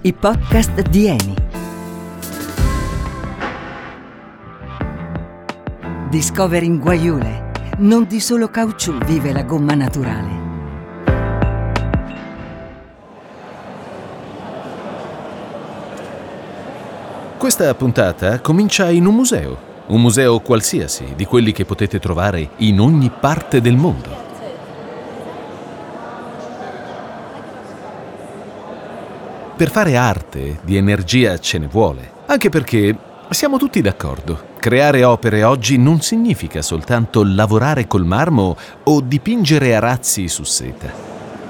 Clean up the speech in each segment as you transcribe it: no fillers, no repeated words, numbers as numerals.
i podcast di Eni. Discovering Guaiule. Non di solo caucciù vive la gomma naturale. Questa puntata comincia in un museo qualsiasi, di quelli che potete trovare in ogni parte del mondo. Per fare arte di energia ce ne vuole, anche perché siamo tutti d'accordo. Creare opere oggi non significa soltanto lavorare col marmo o dipingere arazzi su seta.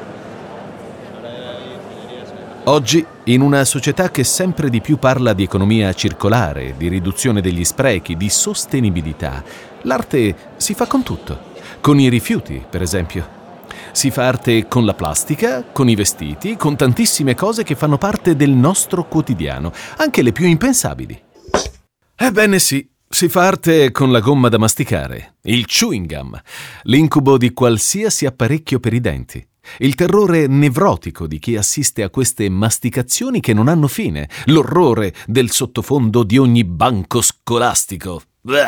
Oggi, in una società che sempre di più parla di economia circolare, di riduzione degli sprechi, di sostenibilità, l'arte si fa con tutto. Con i rifiuti, per esempio. Si fa arte con la plastica, con i vestiti, con tantissime cose che fanno parte del nostro quotidiano, anche le più impensabili. Ebbene sì, si fa arte con la gomma da masticare, il chewing gum, l'incubo di qualsiasi apparecchio per i denti. Il terrore nevrotico di chi assiste a queste masticazioni che non hanno fine, l'orrore del sottofondo di ogni banco scolastico.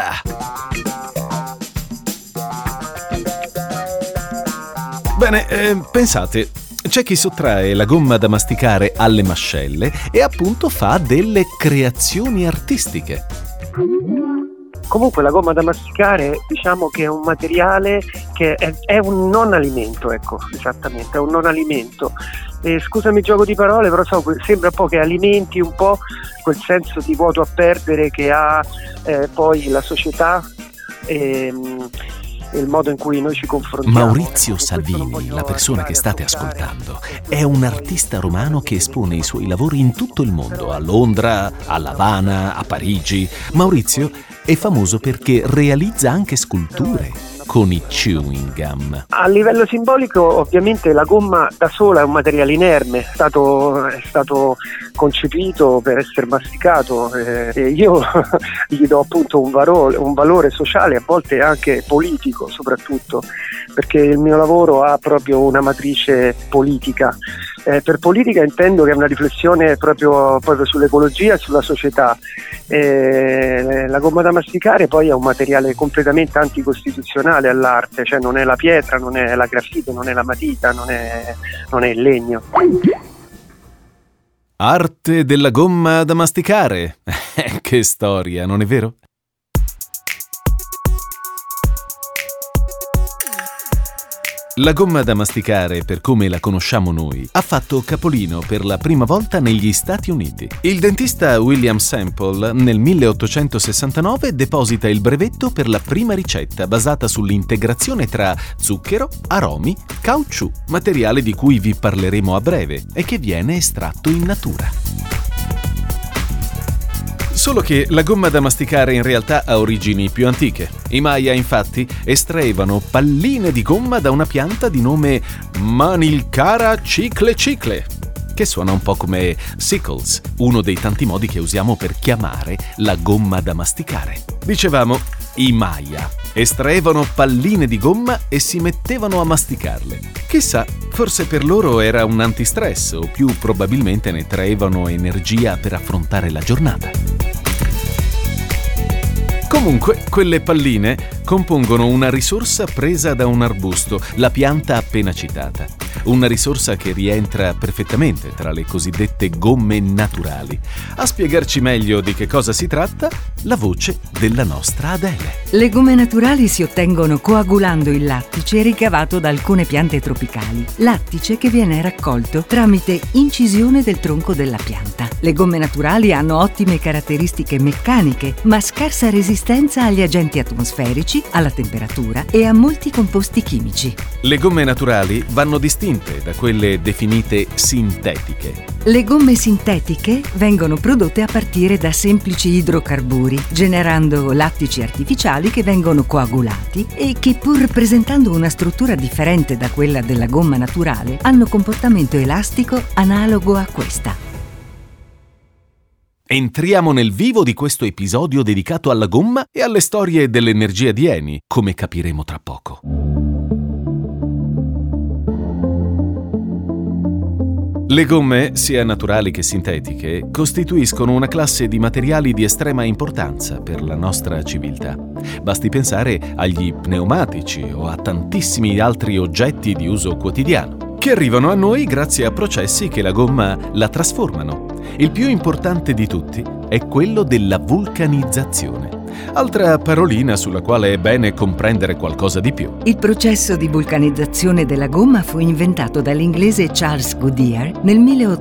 Bene, pensate, c'è chi sottrae la gomma da masticare alle mascelle e appunto fa delle creazioni artistiche. Comunque la gomma da masticare, diciamo che è un materiale che è un non alimento, ecco, esattamente, è un non alimento. Scusami il gioco di parole, però sembra un po' che alimenti un po' quel senso di vuoto a perdere che ha poi la società e il modo in cui noi ci confrontiamo. Maurizio Salvini, la persona che state ascoltando, è un artista romano che espone i suoi lavori in tutto il mondo, a Londra, a La Habana, a Parigi. Maurizio è famoso perché realizza anche sculture con i chewing gum. A livello simbolico, ovviamente la gomma da sola è un materiale inerme, è stato concepito per essere masticato, e io gli do appunto un valore sociale, a volte anche politico soprattutto, perché il mio lavoro ha proprio una matrice politica. Per politica intendo che è una riflessione proprio sull'ecologia e sulla società. La gomma da masticare poi è un materiale completamente anticostituzionale all'arte, cioè non è la pietra, non è la grafite, non è la matita, non è il legno. Arte della gomma da masticare. Che storia, non è vero? La gomma da masticare, per come la conosciamo noi, ha fatto capolino per la prima volta negli Stati Uniti. Il dentista William Semple nel 1869 deposita il brevetto per la prima ricetta basata sull'integrazione tra zucchero, aromi, caucciù, materiale di cui vi parleremo a breve e che viene estratto in natura. Solo che la gomma da masticare in realtà ha origini più antiche. I Maya, infatti, estraevano palline di gomma da una pianta di nome Manilcara cicle cicle, che suona un po' come sickles, uno dei tanti modi che usiamo per chiamare la gomma da masticare. Dicevamo, i Maya estraevano palline di gomma e si mettevano a masticarle. Chissà, forse per loro era un antistress o più probabilmente ne traevano energia per affrontare la giornata. Comunque, quelle palline compongono una risorsa presa da un arbusto, la pianta appena citata. Una risorsa che rientra perfettamente tra le cosiddette gomme naturali. A spiegarci meglio di che cosa si tratta, la voce della nostra Adele. Le gomme naturali si ottengono coagulando il lattice ricavato da alcune piante tropicali. Lattice che viene raccolto tramite incisione del tronco della pianta. Le gomme naturali hanno ottime caratteristiche meccaniche, ma scarsa resistenza agli agenti atmosferici, alla temperatura e a molti composti chimici. Le gomme naturali vanno distinte da quelle definite sintetiche. Le gomme sintetiche vengono prodotte a partire da semplici idrocarburi, generando lattici artificiali che vengono coagulati e che, pur presentando una struttura differente da quella della gomma naturale, hanno comportamento elastico analogo a questa. Entriamo nel vivo di questo episodio dedicato alla gomma e alle storie dell'energia di Eni, come capiremo tra poco. Le gomme, sia naturali che sintetiche, costituiscono una classe di materiali di estrema importanza per la nostra civiltà. Basti pensare agli pneumatici o a tantissimi altri oggetti di uso quotidiano, che arrivano a noi grazie a processi che la gomma la trasformano. Il più importante di tutti è quello della vulcanizzazione. Altra parolina sulla quale è bene comprendere qualcosa di più. Il processo di vulcanizzazione della gomma fu inventato dall'inglese Charles Goodyear nel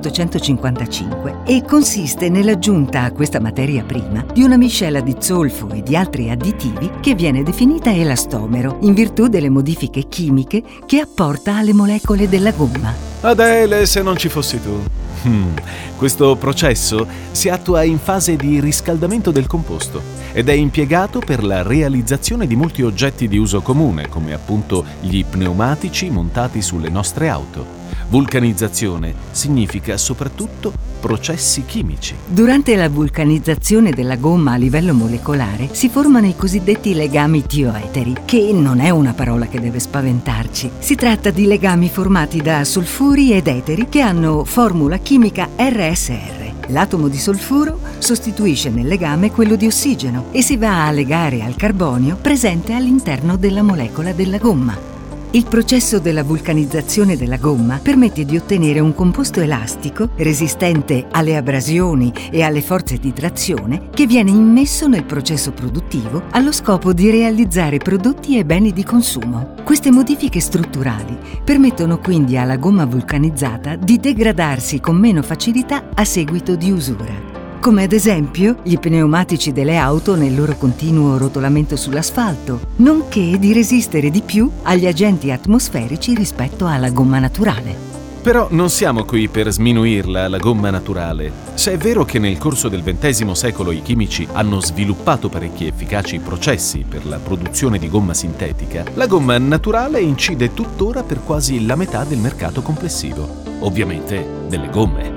1855 e consiste nell'aggiunta a questa materia prima di una miscela di zolfo e di altri additivi che viene definita elastomero in virtù delle modifiche chimiche che apporta alle molecole della gomma. Adele, se non ci fossi tu. Questo processo si attua in fase di riscaldamento del composto ed è impiegato per la realizzazione di molti oggetti di uso comune, come appunto gli pneumatici montati sulle nostre auto. Vulcanizzazione significa soprattutto processi chimici. Durante la vulcanizzazione della gomma a livello molecolare si formano i cosiddetti legami tioeteri, che non è una parola che deve spaventarci. Si tratta di legami formati da solfuri ed eteri che hanno formula chimica RSR. L'atomo di solfuro sostituisce nel legame quello di ossigeno e si va a legare al carbonio presente all'interno della molecola della gomma. Il processo della vulcanizzazione della gomma permette di ottenere un composto elastico, resistente alle abrasioni e alle forze di trazione, che viene immesso nel processo produttivo allo scopo di realizzare prodotti e beni di consumo. Queste modifiche strutturali permettono quindi alla gomma vulcanizzata di degradarsi con meno facilità a seguito di usura, come ad esempio gli pneumatici delle auto nel loro continuo rotolamento sull'asfalto, nonché di resistere di più agli agenti atmosferici rispetto alla gomma naturale. Però non siamo qui per sminuirla, la gomma naturale. Se è vero che nel corso del XX secolo i chimici hanno sviluppato parecchi efficaci processi per la produzione di gomma sintetica, la gomma naturale incide tuttora per quasi la metà del mercato complessivo. Ovviamente delle gomme.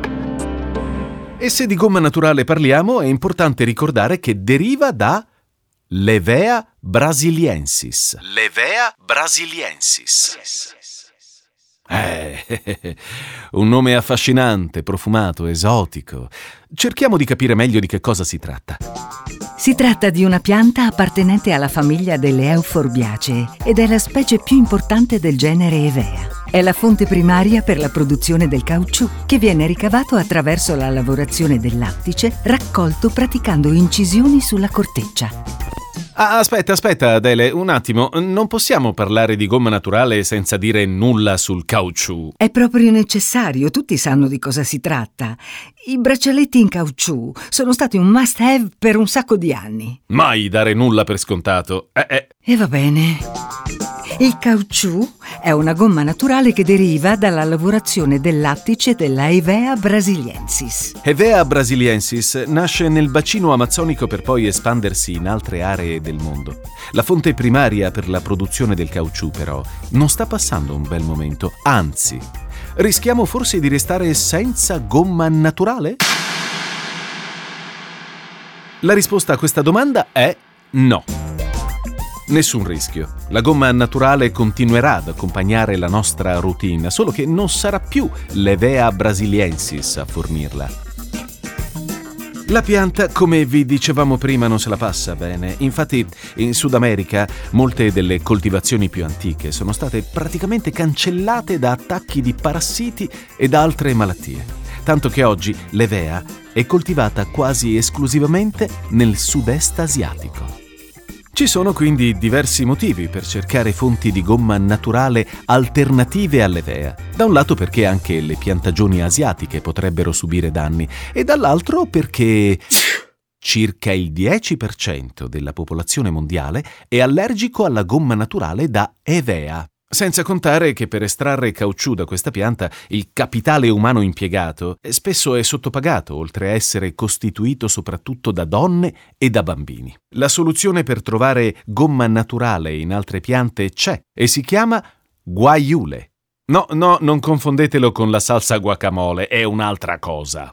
E se di gomma naturale parliamo, è importante ricordare che deriva da l'Hevea brasiliensis. L'Hevea brasiliensis. Un nome affascinante, profumato, esotico. Cerchiamo di capire meglio di che cosa si tratta. Si tratta di una pianta appartenente alla famiglia delle Euforbiacee ed è la specie più importante del genere Hevea. È la fonte primaria per la produzione del caucciù, che viene ricavato attraverso la lavorazione del lattice, raccolto praticando incisioni sulla corteccia. Aspetta, Adele, un attimo. Non possiamo parlare di gomma naturale senza dire nulla sul caucciù. È proprio necessario, tutti sanno di cosa si tratta. I braccialetti in caucciù sono stati un must-have per un sacco di anni. Mai dare nulla per scontato. E va bene. Il caucciù è una gomma naturale che deriva dalla lavorazione del lattice della Hevea brasiliensis. Hevea brasiliensis nasce nel bacino amazzonico per poi espandersi in altre aree del mondo. La fonte primaria per la produzione del caucciù, però, non sta passando un bel momento. Anzi, rischiamo forse di restare senza gomma naturale? La risposta a questa domanda è no. Nessun rischio. La gomma naturale continuerà ad accompagnare la nostra routine, solo che non sarà più l'Hevea brasiliensis a fornirla. La pianta, come vi dicevamo prima, non se la passa bene. Infatti, in Sud America, molte delle coltivazioni più antiche sono state praticamente cancellate da attacchi di parassiti e da altre malattie. Tanto che oggi l'Hevea è coltivata quasi esclusivamente nel sud-est asiatico. Ci sono quindi diversi motivi per cercare fonti di gomma naturale alternative all'Hevea. Da un lato perché anche le piantagioni asiatiche potrebbero subire danni e dall'altro perché circa il 10% della popolazione mondiale è allergico alla gomma naturale da Hevea. Senza contare che per estrarre caucciù da questa pianta il capitale umano impiegato spesso è sottopagato, oltre a essere costituito soprattutto da donne e da bambini. La soluzione per trovare gomma naturale in altre piante c'è e si chiama guaiule. No, non confondetelo con la salsa guacamole, è un'altra cosa.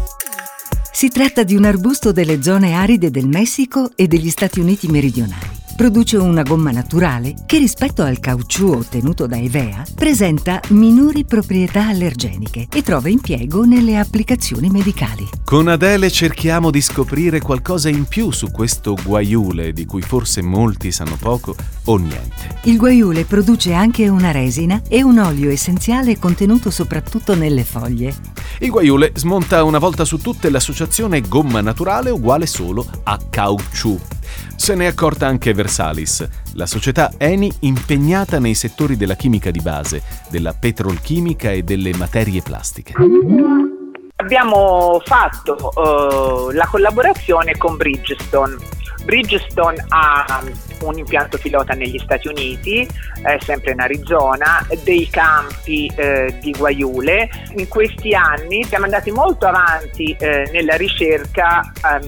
Si tratta di un arbusto delle zone aride del Messico e degli Stati Uniti meridionali. produce una gomma naturale che rispetto al caucciù ottenuto da Ivea presenta minori proprietà allergeniche e trova impiego nelle applicazioni medicali. Con Adele cerchiamo di scoprire qualcosa in più su questo guaiule di cui forse molti sanno poco o niente. Il guaiule produce anche una resina e un olio essenziale contenuto soprattutto nelle foglie. Il guaiule smonta una volta su tutte l'associazione gomma naturale uguale solo a caucciù. Se ne è accorta anche Versalis, la società Eni impegnata nei settori della chimica di base, della petrolchimica e delle materie plastiche. Abbiamo fatto la collaborazione con Bridgestone. Bridgestone ha un impianto pilota negli Stati Uniti, sempre in Arizona, dei campi di guaiule. In questi anni siamo andati molto avanti nella ricerca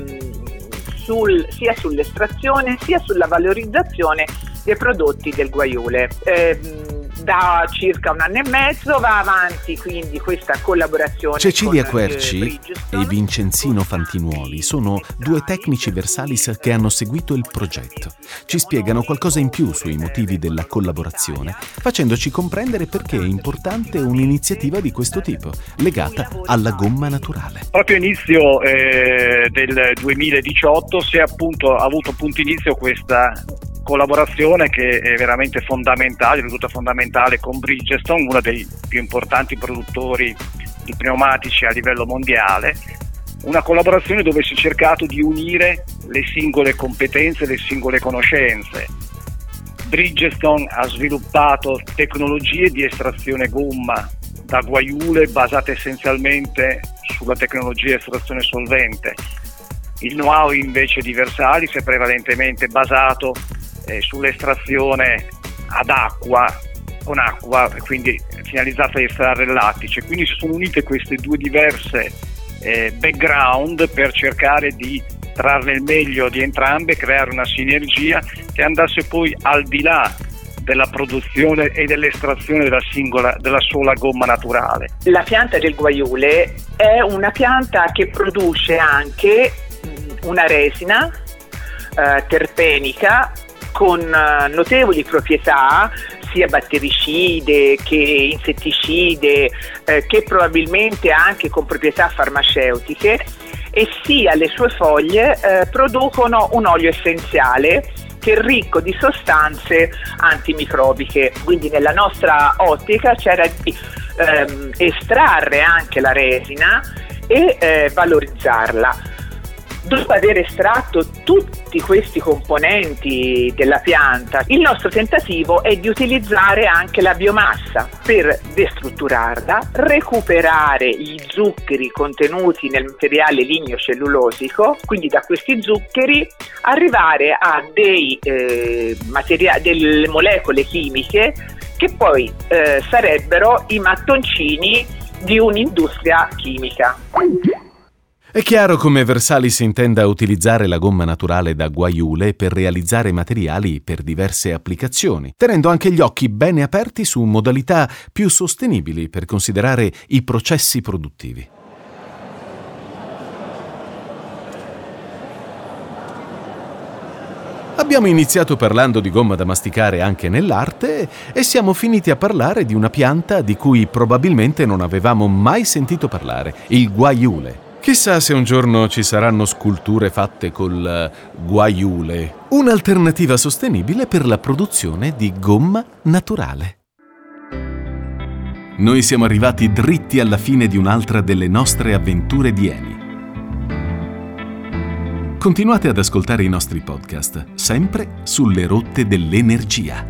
sia sull'estrazione sia sulla valorizzazione dei prodotti del guaiule. Da circa un anno e mezzo va avanti quindi questa collaborazione. Cecilia con Querci e Vincenzino Fantinuoli sono due tecnici Versalis che hanno seguito il progetto. Ci spiegano qualcosa in più sui motivi della collaborazione, facendoci comprendere perché è importante un'iniziativa di questo tipo, legata alla gomma naturale. Proprio inizio del 2018 si è appunto avuto punto inizio questa collaborazione che è veramente fondamentale, risulta fondamentale con Bridgestone, uno dei più importanti produttori di pneumatici a livello mondiale. Una collaborazione dove si è cercato di unire le singole competenze, le singole conoscenze. Bridgestone ha sviluppato tecnologie di estrazione gomma da guaiule basate essenzialmente sulla tecnologia di estrazione solvente. Il know-how invece di Versalis è prevalentemente basato sull'estrazione ad acqua, con acqua, quindi finalizzata a estrarre il lattice. Quindi si sono unite queste due diverse background per cercare di trarne il meglio di entrambe, creare una sinergia che andasse poi al di là della produzione e dell'estrazione della sola gomma naturale. La pianta del guaiule è una pianta che produce anche una resina terpenica con notevoli proprietà sia battericide che insetticide, che probabilmente anche con proprietà farmaceutiche, e sia le sue foglie producono un olio essenziale che è ricco di sostanze antimicrobiche. Quindi nella nostra ottica c'era di estrarre anche la resina e valorizzarla. Dopo aver estratto tutti questi componenti della pianta, il nostro tentativo è di utilizzare anche la biomassa per destrutturarla, recuperare gli zuccheri contenuti nel materiale ligneo-cellulosico, quindi da questi zuccheri arrivare a delle molecole chimiche che poi sarebbero i mattoncini di un'industria chimica. È chiaro come Versalis intenda utilizzare la gomma naturale da guaiule per realizzare materiali per diverse applicazioni, tenendo anche gli occhi bene aperti su modalità più sostenibili per considerare i processi produttivi. Abbiamo iniziato parlando di gomma da masticare anche nell'arte e siamo finiti a parlare di una pianta di cui probabilmente non avevamo mai sentito parlare, il guaiule. Chissà se un giorno ci saranno sculture fatte col guaiule, un'alternativa sostenibile per la produzione di gomma naturale. Noi siamo arrivati dritti alla fine di un'altra delle nostre avventure di Eni. Continuate ad ascoltare i nostri podcast, sempre sulle rotte dell'energia.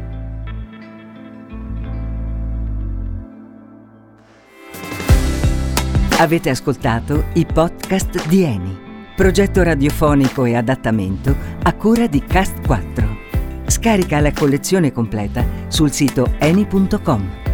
Avete ascoltato i podcast di Eni, progetto radiofonico e adattamento a cura di Cast 4. Scarica la collezione completa sul sito eni.com.